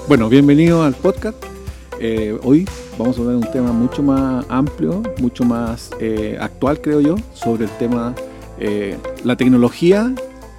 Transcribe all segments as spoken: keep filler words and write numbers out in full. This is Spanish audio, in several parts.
Bueno, bienvenidos al podcast. Eh, hoy vamos a hablar de un tema mucho más amplio, mucho más eh, actual, creo yo, sobre el tema eh, la tecnología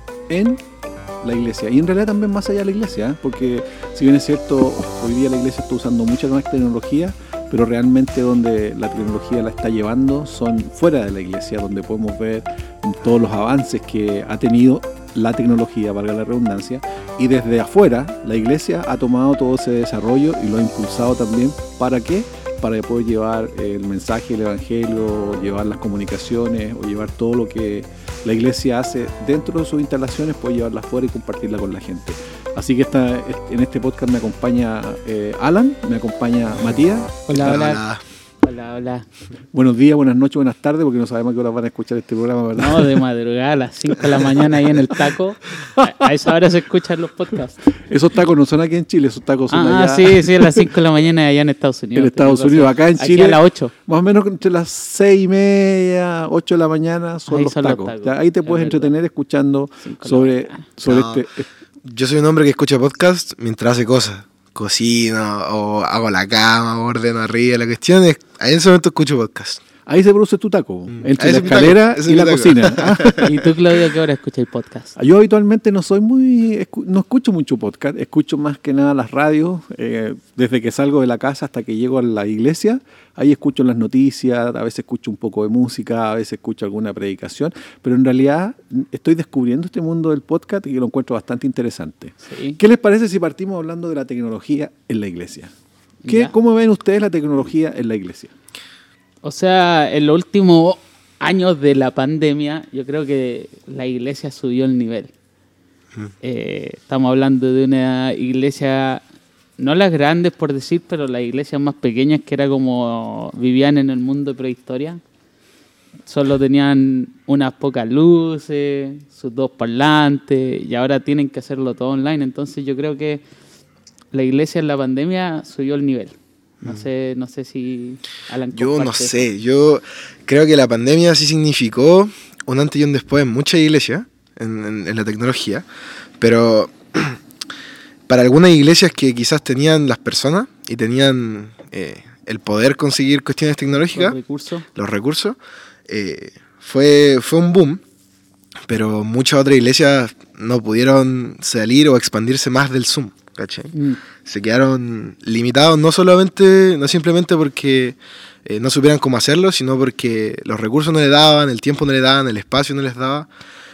en la iglesia. Y en realidad también más allá de la iglesia, ¿eh? Porque si bien es cierto, hoy día la iglesia está usando mucha más tecnología, pero realmente donde la tecnología la está llevando son fuera de la iglesia, donde podemos ver todos los avances que ha tenido la tecnología, valga la redundancia, y desde afuera la iglesia ha tomado todo ese desarrollo y lo ha impulsado también. ¿Para qué? Para poder llevar el mensaje, el evangelio, llevar las comunicaciones o llevar todo lo que la iglesia hace dentro de sus instalaciones, puede llevarla afuera y compartirla con la gente. Así que esta, en este podcast me acompaña eh, Alan, me acompaña Matías. Hola, hola. Hola. Hola, hola. Buenos días, buenas noches, buenas tardes, porque no sabemos a qué hora van a escuchar este programa, ¿verdad? No, de madrugada a las cinco de la mañana ahí en el taco. A, a esa hora se escuchan los podcasts. Esos tacos no son aquí en Chile, esos tacos son ah, allá. Ah, sí, sí, a las cinco de la mañana allá en Estados Unidos. En Estados Unidos, acá en Chile. Aquí a las ocho. Más o menos entre las seis y media, ocho de la mañana son, los, son tacos. los tacos. Ya, ahí te puedes es entretener verdad. escuchando sobre, sobre no, este... Yo soy un hombre que escucha podcast mientras hace cosas. Cocino o hago la cama, ordeno arriba. La cuestión es, en ese momento escucho podcast. Ahí se produce tu taco, entre la taco, escalera y la taco. cocina. ¿Y tú, Claudio, qué hora escuchas el podcast? Yo habitualmente no soy muy, no escucho mucho podcast, escucho más que nada las radios, eh, desde que salgo de la casa hasta que llego a la iglesia, ahí escucho las noticias, a veces escucho un poco de música, a veces escucho alguna predicación, pero en realidad estoy descubriendo este mundo del podcast y lo encuentro bastante interesante. ¿Sí? ¿Qué les parece si partimos hablando de la tecnología en la iglesia? ¿Qué, ¿Cómo ven ustedes la tecnología en la iglesia? O sea, en los últimos años de la pandemia, yo creo que la iglesia subió el nivel. Mm. Eh, estamos hablando de una iglesia, no las grandes por decir, pero las iglesias más pequeñas que era como vivían en el mundo de prehistoria. Solo tenían unas pocas luces, sus dos parlantes, y ahora tienen que hacerlo todo online. Entonces yo creo que la iglesia en la pandemia subió el nivel. No sé, no sé si Alan Yo no sé, eso. Yo creo que la pandemia sí significó un antes y un después en muchas iglesias, en, en, en la tecnología, pero para algunas iglesias que quizás tenían las personas y tenían eh, el poder conseguir cuestiones tecnológicas, los recursos, los recursos eh, fue, fue un boom, pero muchas otras iglesias no pudieron salir o expandirse más del Zoom. ¿Cachai? Mm. Se quedaron limitados no solamente, no simplemente porque eh, no supieran cómo hacerlo, sino porque los recursos no le daban, el tiempo no le daban, el espacio no les daba,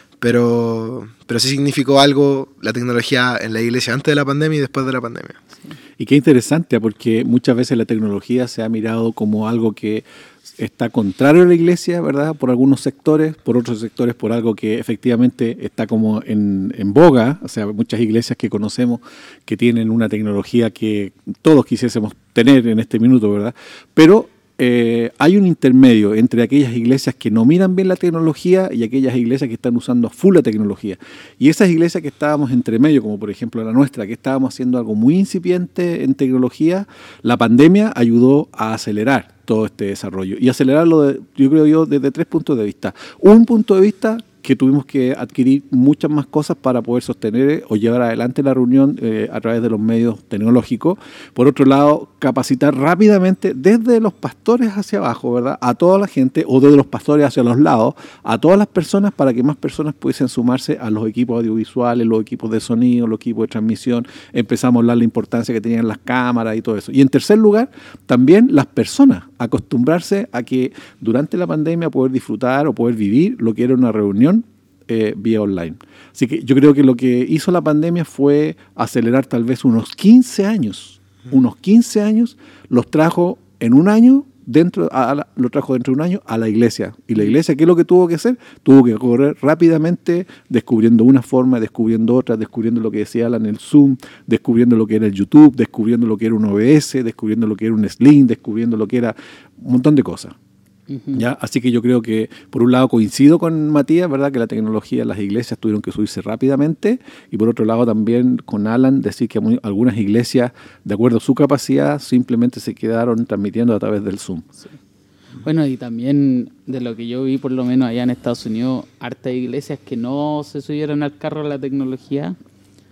pero, pero sí significó algo la tecnología en la iglesia antes de la pandemia y después de la pandemia. Y qué interesante, porque muchas veces la tecnología se ha mirado como algo que está contrario a la iglesia, ¿verdad? Por algunos sectores, por otros sectores por algo que efectivamente está como en, en boga, o sea, muchas iglesias que conocemos que tienen una tecnología que todos quisiésemos tener en este minuto, ¿verdad? Pero eh, hay un intermedio entre aquellas iglesias que no miran bien la tecnología y aquellas iglesias que están usando a full la tecnología. Y esas iglesias que estábamos entre medio, como por ejemplo la nuestra, que estábamos haciendo algo muy incipiente en tecnología, la pandemia ayudó a acelerar todo este desarrollo y acelerarlo, de, yo creo yo, desde tres puntos de vista. Un punto de vista que tuvimos que adquirir muchas más cosas para poder sostener o llevar adelante la reunión eh, a través de los medios tecnológicos. Por otro lado, capacitar rápidamente desde los pastores hacia abajo, ¿verdad?, a toda la gente, o desde los pastores hacia los lados, a todas las personas, para que más personas pudiesen sumarse a los equipos audiovisuales, los equipos de sonido, los equipos de transmisión. Empezamos a hablar de la importancia que tenían las cámaras y todo eso. Y en tercer lugar, también las personas, acostumbrarse a que durante la pandemia poder disfrutar o poder vivir lo que era una reunión Eh, vía online. Así que yo creo que lo que hizo la pandemia fue acelerar tal vez unos quince años, unos quince años, los trajo en un año, dentro a la, lo trajo dentro de un año a la iglesia. Y la iglesia, ¿qué es lo que tuvo que hacer? Tuvo que correr rápidamente, descubriendo una forma, descubriendo otra, descubriendo lo que decía Alan, el Zoom, descubriendo lo que era el YouTube, descubriendo lo que era un O B S, descubriendo lo que era un Sling, descubriendo lo que era un montón de cosas. ¿Ya? Así que yo creo que, por un lado, coincido con Matías, ¿verdad?, que la tecnología, las iglesias tuvieron que subirse rápidamente, y por otro lado también con Alan decir que muy, algunas iglesias, de acuerdo a su capacidad, simplemente se quedaron transmitiendo a través del Zoom. Sí. Bueno, y también de lo que yo vi, por lo menos allá en Estados Unidos, hartas iglesias que no se subieron al carro de la tecnología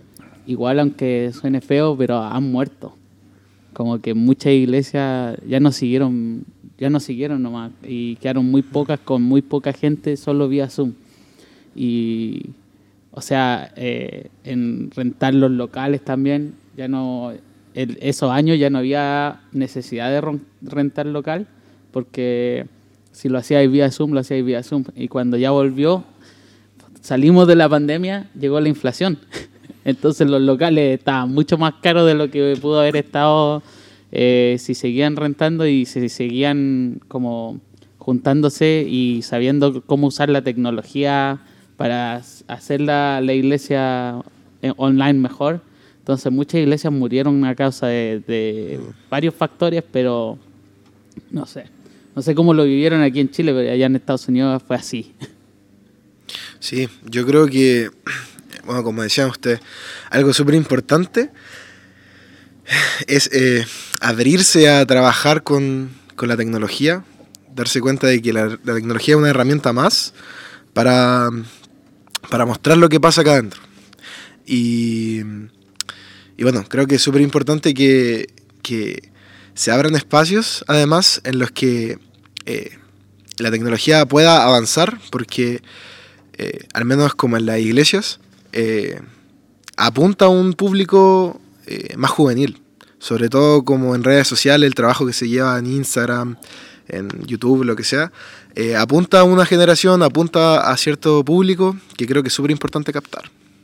igual aunque suene feo, pero han muerto. Como que muchas iglesias ya no siguieron, ya no siguieron nomás, y quedaron muy pocas con muy poca gente solo vía Zoom. Y, o sea, eh, en rentar los locales también, ya no, el, esos años ya no había necesidad de ron, rentar local, porque si lo hacíais vía Zoom, lo hacíais vía Zoom. Y cuando ya volvió, salimos de la pandemia, llegó la inflación. Entonces los locales estaban mucho más caros de lo que pudo haber estado eh, si seguían rentando y si seguían como juntándose y sabiendo cómo usar la tecnología para hacer la, la iglesia online mejor. Entonces muchas iglesias murieron a causa de, de varios factores, pero no sé. No sé cómo lo vivieron aquí en Chile, pero allá en Estados Unidos fue así. Sí, yo creo que, bueno, como decían ustedes, algo súper importante es eh, abrirse a trabajar con, con la tecnología, darse cuenta de que la, la tecnología es una herramienta más para, para mostrar lo que pasa acá adentro. Y, y bueno, creo que es súper importante que, que se abran espacios, además, en los que eh, la tecnología pueda avanzar, porque eh, al menos como en las iglesias, eh, apunta a un público eh, más juvenil, sobre todo como en redes sociales, el trabajo que se lleva en Instagram, en YouTube, lo que sea, eh, apunta a una generación, apunta a cierto público que creo que es súper importante captar.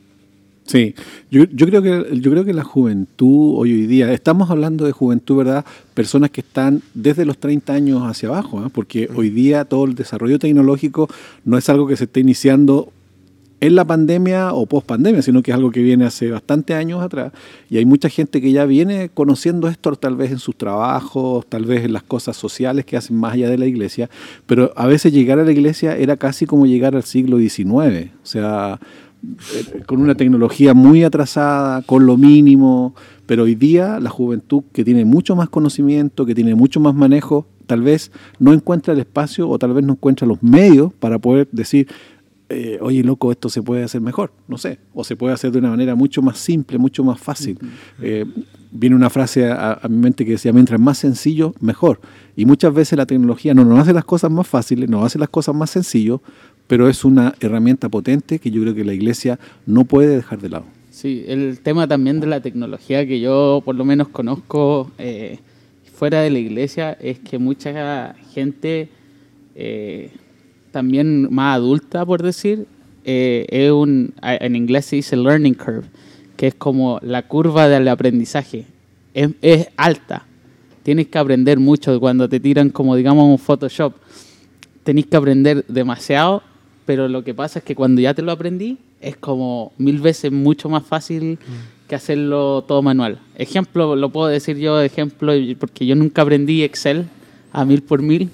Sí, yo, yo creo que yo creo que la juventud hoy, hoy día, estamos hablando de juventud, ¿verdad? Personas que están desde los treinta años hacia abajo, ¿eh? Porque hoy día todo el desarrollo tecnológico no es algo que se esté iniciando en la pandemia o post pandemia, sino que es algo que viene hace bastantes años atrás, y hay mucha gente que ya viene conociendo esto tal vez en sus trabajos, tal vez en las cosas sociales que hacen más allá de la iglesia, pero a veces llegar a la iglesia era casi como llegar al siglo diecinueve, o sea, con una tecnología muy atrasada, con lo mínimo, pero hoy día la juventud que tiene mucho más conocimiento, que tiene mucho más manejo, tal vez no encuentra el espacio o tal vez no encuentra los medios para poder decir, eh, oye, loco, esto se puede hacer mejor, no sé, o se puede hacer de una manera mucho más simple, mucho más fácil. Eh, viene una frase a, a mi mente que decía, mientras más sencillo, mejor. Y muchas veces la tecnología no nos hace las cosas más fáciles, nos hace las cosas más sencillo, pero es una herramienta potente que yo creo que la iglesia no puede dejar de lado. Sí, el tema también de la tecnología que yo por lo menos conozco eh, fuera de la iglesia es que mucha gente eh, también más adulta, por decir, eh, es un, en inglés se dice learning curve, que es como la curva del aprendizaje. Es, es alta. Tienes que aprender mucho cuando te tiran como, digamos, un Photoshop. Tenés que aprender demasiado, pero lo que pasa es que cuando ya te lo aprendí, es como mil veces mucho más fácil que hacerlo todo manual. Ejemplo, lo puedo decir yo, ejemplo, porque yo nunca aprendí Excel a mil por mil,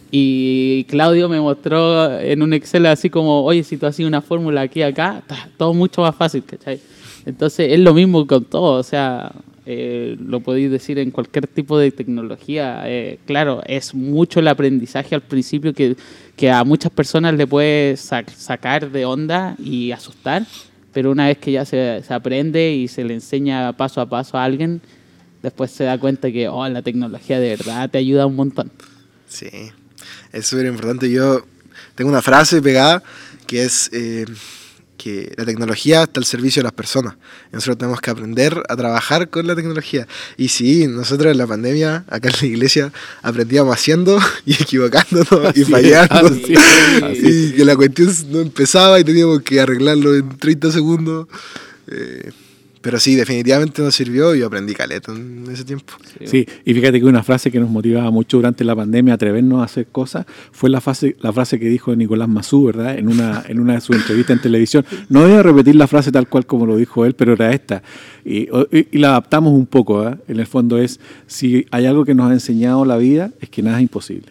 y Claudio me mostró en un Excel así como, oye, si tú haces una fórmula aquí acá, todo mucho más fácil, ¿cachai? Entonces es lo mismo con todo, o sea, eh, lo podéis decir en cualquier tipo de tecnología. Eh, claro, es mucho el aprendizaje al principio que, que a muchas personas le puede sac- sacar de onda y asustar, pero una vez que ya se, se aprende y se le enseña paso a paso a alguien, después se da cuenta que oh, la tecnología de verdad te ayuda un montón. Sí, es súper importante. Yo tengo una frase pegada que es eh, que la tecnología está al servicio de las personas. Nosotros tenemos que aprender a trabajar con la tecnología. Y sí, nosotros en la pandemia, acá en la iglesia, aprendíamos haciendo y equivocándonos así y fallando. Así, así. Y que la cuestión no empezaba y teníamos que arreglarlo en treinta segundos. Eh, Pero sí, definitivamente nos sirvió y yo aprendí caleta en ese tiempo. Sí, y fíjate que una frase que nos motivaba mucho durante la pandemia a atrevernos a hacer cosas fue la frase, la frase que dijo Nicolás Massú, ¿verdad? En una, en una de sus entrevistas en televisión. No voy a repetir la frase tal cual como lo dijo él, pero era esta. Y, y, y la adaptamos un poco, ¿verdad? En el fondo es, si hay algo que nos ha enseñado la vida, es que nada es imposible.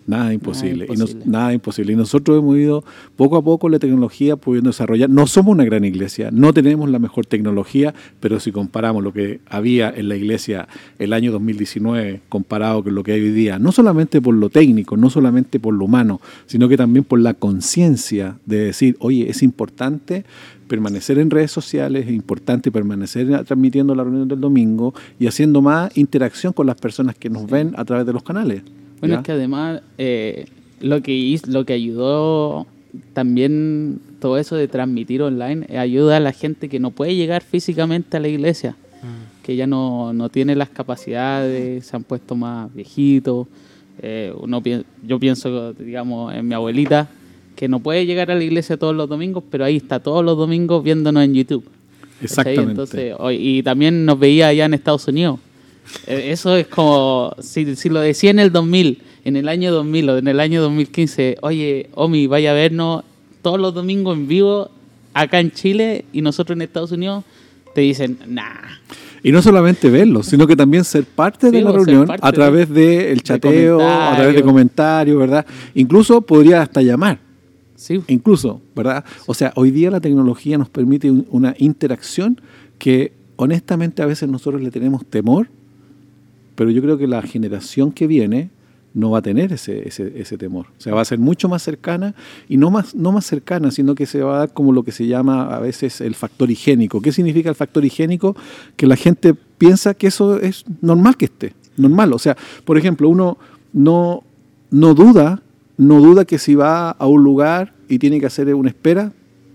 Nada imposible. Nada Y nos- imposible. nada imposible. Y nosotros hemos ido poco a poco la tecnología pudiendo desarrollar. No somos una gran iglesia, no tenemos la mejor tecnología, pero si comparamos lo que había en la iglesia el año dos mil diecinueve comparado con lo que hay hoy día, no solamente por lo técnico, no solamente por lo humano, sino que también por la conciencia de decir, oye, es importante permanecer en redes sociales, es importante permanecer transmitiendo la reunión del domingo y haciendo más interacción con las personas que nos ven a través de los canales. Bueno, ¿ya? es que además eh, lo que hizo, lo que ayudó también todo eso de transmitir online eh, ayuda a la gente que no puede llegar físicamente a la iglesia, que ya no, no tiene las capacidades, se han puesto más viejitos. Eh, uno pi- yo pienso, digamos, en mi abuelita, que no puede llegar a la iglesia todos los domingos, pero ahí está todos los domingos viéndonos en YouTube. ¿Cachai? Exactamente. Entonces, hoy- y también nos veía allá en Estados Unidos. Eh, Eso es como, si, si lo decía en el dos mil, en el año dos mil o en el año dos mil quince, oye, Omi, vaya a vernos todos los domingos en vivo acá en Chile y nosotros en Estados Unidos, te dicen, nah. Y no solamente verlo, sino que también ser parte Sí, de la o ser reunión parte a través del de chateo, a través de comentarios. comentarios, ¿verdad? Incluso podría hasta llamar, Sí, incluso, ¿verdad? O sea, hoy día la tecnología nos permite un- una interacción que honestamente a veces nosotros le tenemos temor, pero yo creo que la generación que viene no va a tener ese, ese, ese temor. O sea, va a ser mucho más cercana y no más, no más cercana, sino que se va a dar como lo que se llama a veces el factor higiénico. ¿Qué significa el factor higiénico? Que la gente piensa que eso es normal que esté, normal. O sea, por ejemplo, uno no, no duda, no duda que si va a un lugar y tiene que hacer una espera,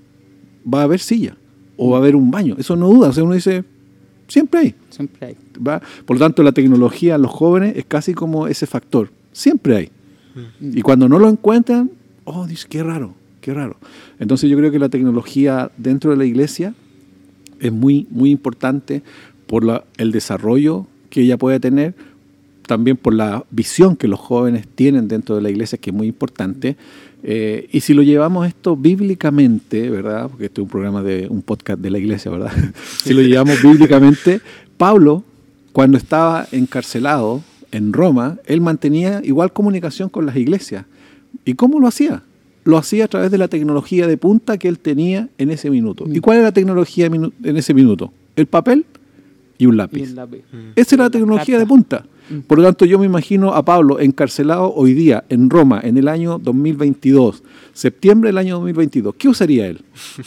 va a haber silla o va a haber un baño. Eso no duda. O sea, uno dice, siempre hay. siempre hay. ¿va? Por lo tanto, la tecnología en los jóvenes es casi como ese factor. Siempre hay. Y cuando no lo encuentran, oh, dice, qué raro, qué raro. Entonces yo creo que la tecnología dentro de la iglesia es muy, muy importante por la, el desarrollo que ella puede tener, también por la visión que los jóvenes tienen dentro de la iglesia, que es muy importante. Eh, y si lo llevamos esto bíblicamente, ¿verdad? Porque este es un programa de un podcast de la iglesia, ¿verdad? Si lo llevamos bíblicamente, Pablo, cuando estaba encarcelado en Roma, él mantenía igual comunicación con las iglesias. ¿Y cómo lo hacía? Lo hacía a través de la tecnología de punta que él tenía en ese minuto. ¿Y cuál era la tecnología en ese minuto? El papel y un lápiz. Y un lápiz. Esa era la tecnología de punta. Por lo tanto, yo me imagino a Pablo encarcelado hoy día en Roma en el año dos mil veintidós, septiembre del año dos mil veintidós. ¿Qué usaría él?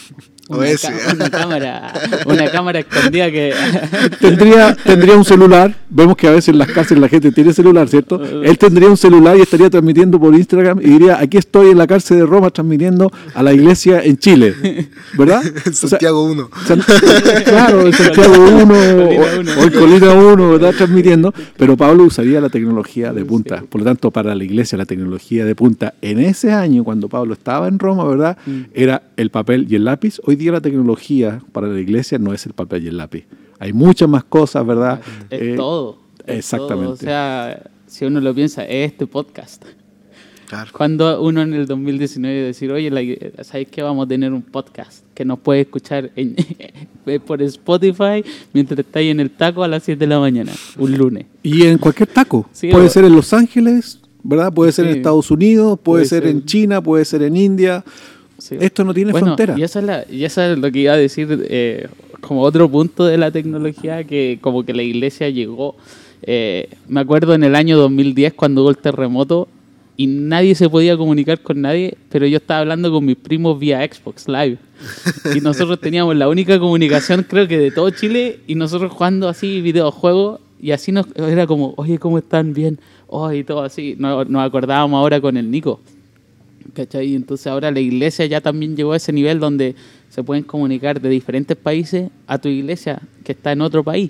O Una, ese. ca- una cámara, una cámara escondida que Tendría, tendría un celular. Vemos que a veces en las cárceles la gente tiene celular, ¿cierto? Él tendría un celular y estaría transmitiendo por Instagram y diría, aquí estoy en la cárcel de Roma transmitiendo a la iglesia en Chile. ¿Verdad? O sea, Santiago uno. San- claro, el Santiago uno Colina uno. o, o el Colina uno, ¿verdad? Transmitiendo, pero Pablo usaría la tecnología de punta. Por lo tanto, para la iglesia, la tecnología de punta en ese año, cuando Pablo estaba en Roma, ¿verdad? Era el papel y el lápiz. Hoy día la tecnología para la iglesia no es el papel y el lápiz. Hay muchas más cosas, ¿verdad? es Eh, todo. es exactamente. todo. O sea, si uno lo piensa, es este podcast. Claro. Cuando uno en el dos mil diecinueve decir, oye, la- ¿sabes qué? Vamos a tener un podcast que nos puede escuchar en, por Spotify mientras estáis en el taco a las siete de la mañana, un lunes. Y en cualquier taco. Sí, puede o- ser en Los Ángeles, ¿verdad? Puede ser en Sí. Estados Unidos, puede, Puede ser, ser. en China, puede ser en India. Sí. Esto no tiene Bueno, frontera. Y eso, es la, y eso es lo que iba a decir eh, como otro punto de la tecnología que como que la iglesia llegó. Eh, me acuerdo en el año dos mil diez cuando hubo el terremoto y nadie se podía comunicar con nadie, pero yo estaba hablando con mis primos vía Xbox Live. Y nosotros teníamos la única comunicación creo que de todo Chile y nosotros jugando así videojuegos y así nos, era como, oye, ¿cómo están? Bien. Oh, y todo así. Nos, nos acordábamos ahora con el Nico. ¿Cachai? Entonces ahora la iglesia ya también llegó a ese nivel donde se pueden comunicar de diferentes países a tu iglesia que está en otro país.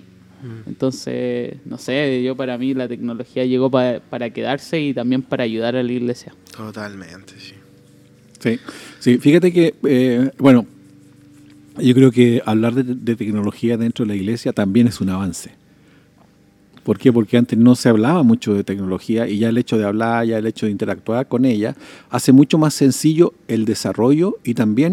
Entonces, no sé, yo para mí la tecnología llegó pa- para quedarse y también para ayudar a la iglesia. Totalmente, sí. Sí, sí, fíjate que, eh, bueno, yo creo que hablar de, de tecnología dentro de la iglesia también es un avance. ¿Por qué? Porque antes no se hablaba mucho de tecnología y ya el hecho de hablar, ya el hecho de interactuar con ella, hace mucho más sencillo el desarrollo y también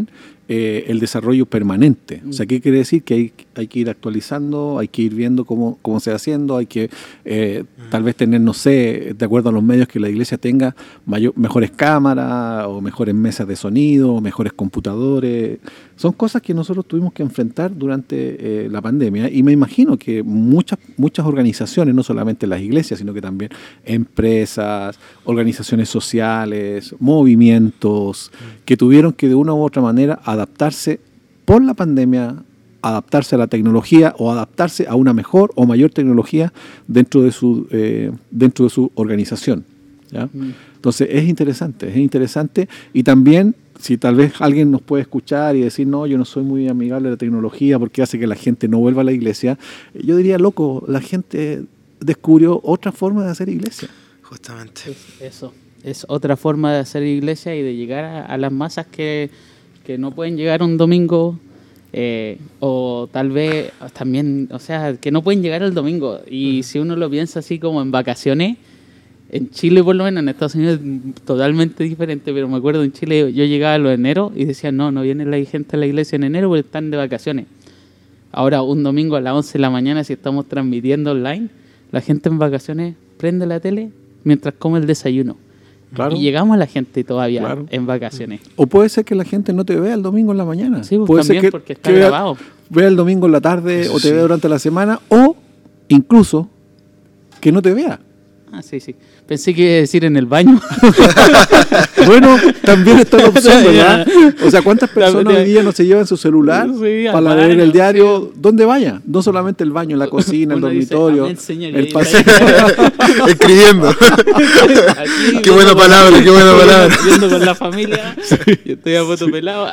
eh, el desarrollo permanente. O sea, ¿qué quiere decir? Que hay, hay que ir actualizando, hay que ir viendo cómo, cómo se va haciendo, hay que eh, tal vez tener, no sé, de acuerdo a los medios que la iglesia tenga, mayor, mejores cámaras o mejores mesas de sonido, mejores computadores. Son cosas que nosotros tuvimos que enfrentar durante eh, la pandemia, y me imagino que muchas, muchas organizaciones, no solamente las iglesias, sino que también empresas, organizaciones sociales, movimientos, que tuvieron que de una u otra manera adaptarse por la pandemia, adaptarse a la tecnología o adaptarse a una mejor o mayor tecnología dentro de su, eh, dentro de su organización, ¿ya? Mm. Entonces es interesante, es interesante, y también si tal vez alguien nos puede escuchar y decir, no, yo no soy muy amigable de la tecnología porque hace que la gente no vuelva a la iglesia, yo diría, loco, la gente descubrió otra forma de hacer iglesia. Justamente. Es eso, es otra forma de hacer iglesia y de llegar a, a las masas que, que no pueden llegar un domingo, eh, o tal vez también, o sea, que no pueden llegar el domingo. Y uh-huh. si uno lo piensa así como en vacaciones, en Chile por lo menos, en Estados Unidos es totalmente diferente, pero me acuerdo en Chile yo llegaba a los enero y decía, no, no viene la gente a la iglesia en enero porque están de vacaciones. Ahora un domingo a las once de la mañana, si estamos transmitiendo online, la gente en vacaciones prende la tele mientras come el desayuno. Claro. Y llegamos a la gente todavía claro. en vacaciones. O puede ser que la gente no te vea el domingo en la mañana. Sí, pues puede también ser que, porque está que grabado. Vea el domingo en la tarde Eso o te sí. vea durante la semana, o incluso que no te vea. Ah, sí, sí. Pensé que iba a decir en el baño. Bueno, también está la opción, ¿verdad? O sea, ¿cuántas personas hoy día no se llevan su celular sí, para leer el diario? Sí. ¿Dónde vaya? No solamente el baño, la cocina, el dormitorio, dice, señor, el paseo. Escribiendo. Aquí, qué buena palabra, qué buena palabra. Viendo con la familia. Sí. Yo estoy a foto pelado.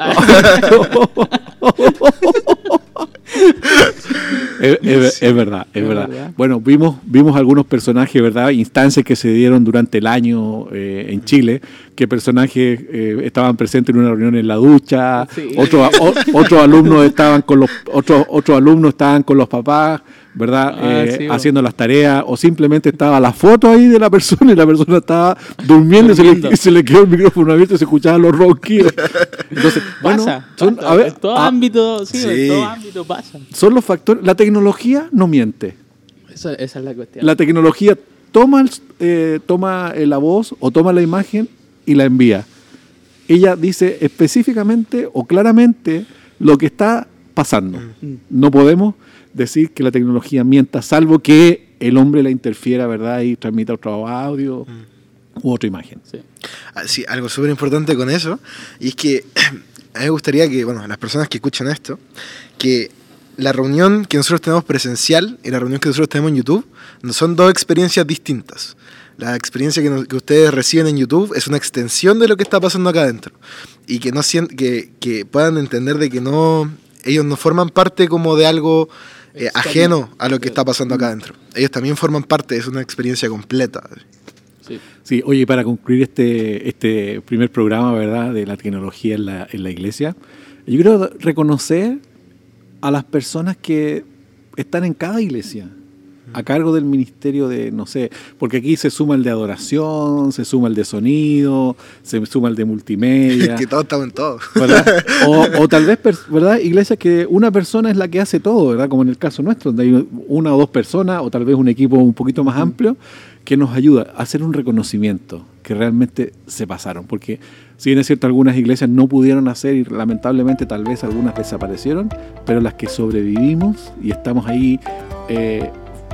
es, es, es verdad, es, es verdad. verdad. Bueno, vimos vimos algunos personajes, ¿verdad? Instancias que se dieron durante el año eh, en Chile, que personajes eh, estaban presentes en una reunión en la ducha, sí. otros otros alumnos estaban con los otros otros alumnos estaban con los papás, ¿verdad? Ah, eh, sí, haciendo las tareas, o simplemente estaba la foto ahí de la persona y la persona estaba durmiendo, durmiendo. Y se le, se le quedó el micrófono abierto y se escuchaban los ronquidos. Entonces, bueno, pasa, son, pasa. A ver, en todo a, ámbito, sí, sí, en todo ámbito pasa. Son los factores, la tecnología no miente. Eso, esa es la cuestión. La tecnología toma, el, eh, toma la voz o toma la imagen y la envía. Ella dice específicamente o claramente lo que está pasando. Mm. No podemos decir que la tecnología mienta, salvo que el hombre la interfiera, ¿verdad? Y transmita otro audio mm. u otra imagen. Sí, sí, algo súper importante con eso, y es que a mí me gustaría que, bueno, las personas que escuchan esto, que la reunión que nosotros tenemos presencial y la reunión que nosotros tenemos en YouTube son dos experiencias distintas. La experiencia que, nos, que ustedes reciben en YouTube es una extensión de lo que está pasando acá adentro, y que, no, que, que puedan entender de que no, ellos no forman parte como de algo eh, ajeno a lo que está pasando acá adentro. Ellos también forman parte, es una experiencia completa. Sí, sí, oye, para concluir este, este primer programa, ¿verdad?, de la tecnología en la, en la iglesia, yo quiero reconocer a las personas que están en cada iglesia, a cargo del ministerio de, no sé, porque aquí se suma el de adoración, se suma el de sonido, se suma el de multimedia. Que todos estamos en todo. ¿Verdad? O, o tal vez, ¿verdad?, iglesias que una persona es la que hace todo, ¿verdad? Como en el caso nuestro, donde hay una o dos personas, o tal vez un equipo un poquito más amplio, que nos ayuda a hacer un reconocimiento que realmente se pasaron. Porque si bien es cierto, algunas iglesias no pudieron hacer y lamentablemente tal vez algunas desaparecieron, pero las que sobrevivimos y estamos ahí eh,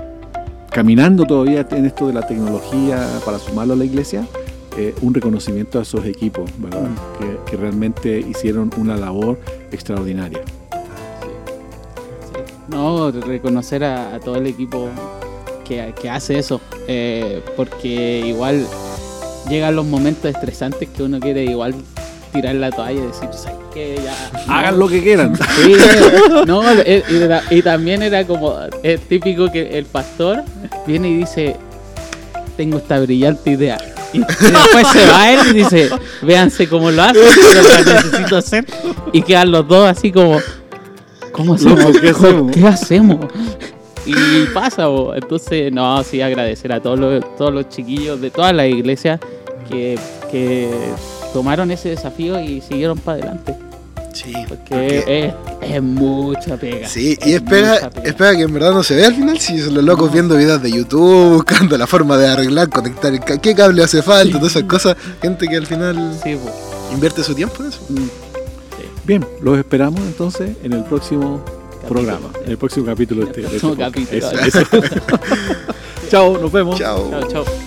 caminando todavía en esto de la tecnología para sumarlo a la iglesia, eh, un reconocimiento a esos equipos, ¿verdad? Mm. Que, que realmente hicieron una labor extraordinaria. Sí. Sí. No, reconocer a, a todo el equipo que, que hace eso, eh, porque igual llegan los momentos estresantes que uno quiere igual tirar la toalla y decir, ¿sabes qué? Ya, no. Hagan lo que quieran. Sí, no, y, y, y también era como, es típico que el pastor viene y dice, tengo esta brillante idea. Y, y después se va él y dice, véanse cómo lo hace, lo que necesito hacer. Y quedan los dos así como, ¿cómo hacemos? ¿Qué hacemos? ¿Qué hacemos? Y pasa, bo. Entonces, no, sí, agradecer a todos los, todos los chiquillos de todas las iglesias que, que tomaron ese desafío y siguieron para adelante. Sí, Porque, porque- es, es mucha pega. Sí, y Es espera, mucha pega. espera que en verdad no se ve al final, si son los locos No. viendo videos de YouTube, buscando la forma de arreglar, conectar, el ca- qué cable hace falta, todas esas cosas, gente que al final Sí, po. invierte su tiempo en eso. Mm. Bien, los esperamos entonces en el próximo Capítulo. programa, en el próximo capítulo de En el este, de próximo este podcast. capítulo. Eso, eso. Chao, nos vemos. Chao. Chao, chao.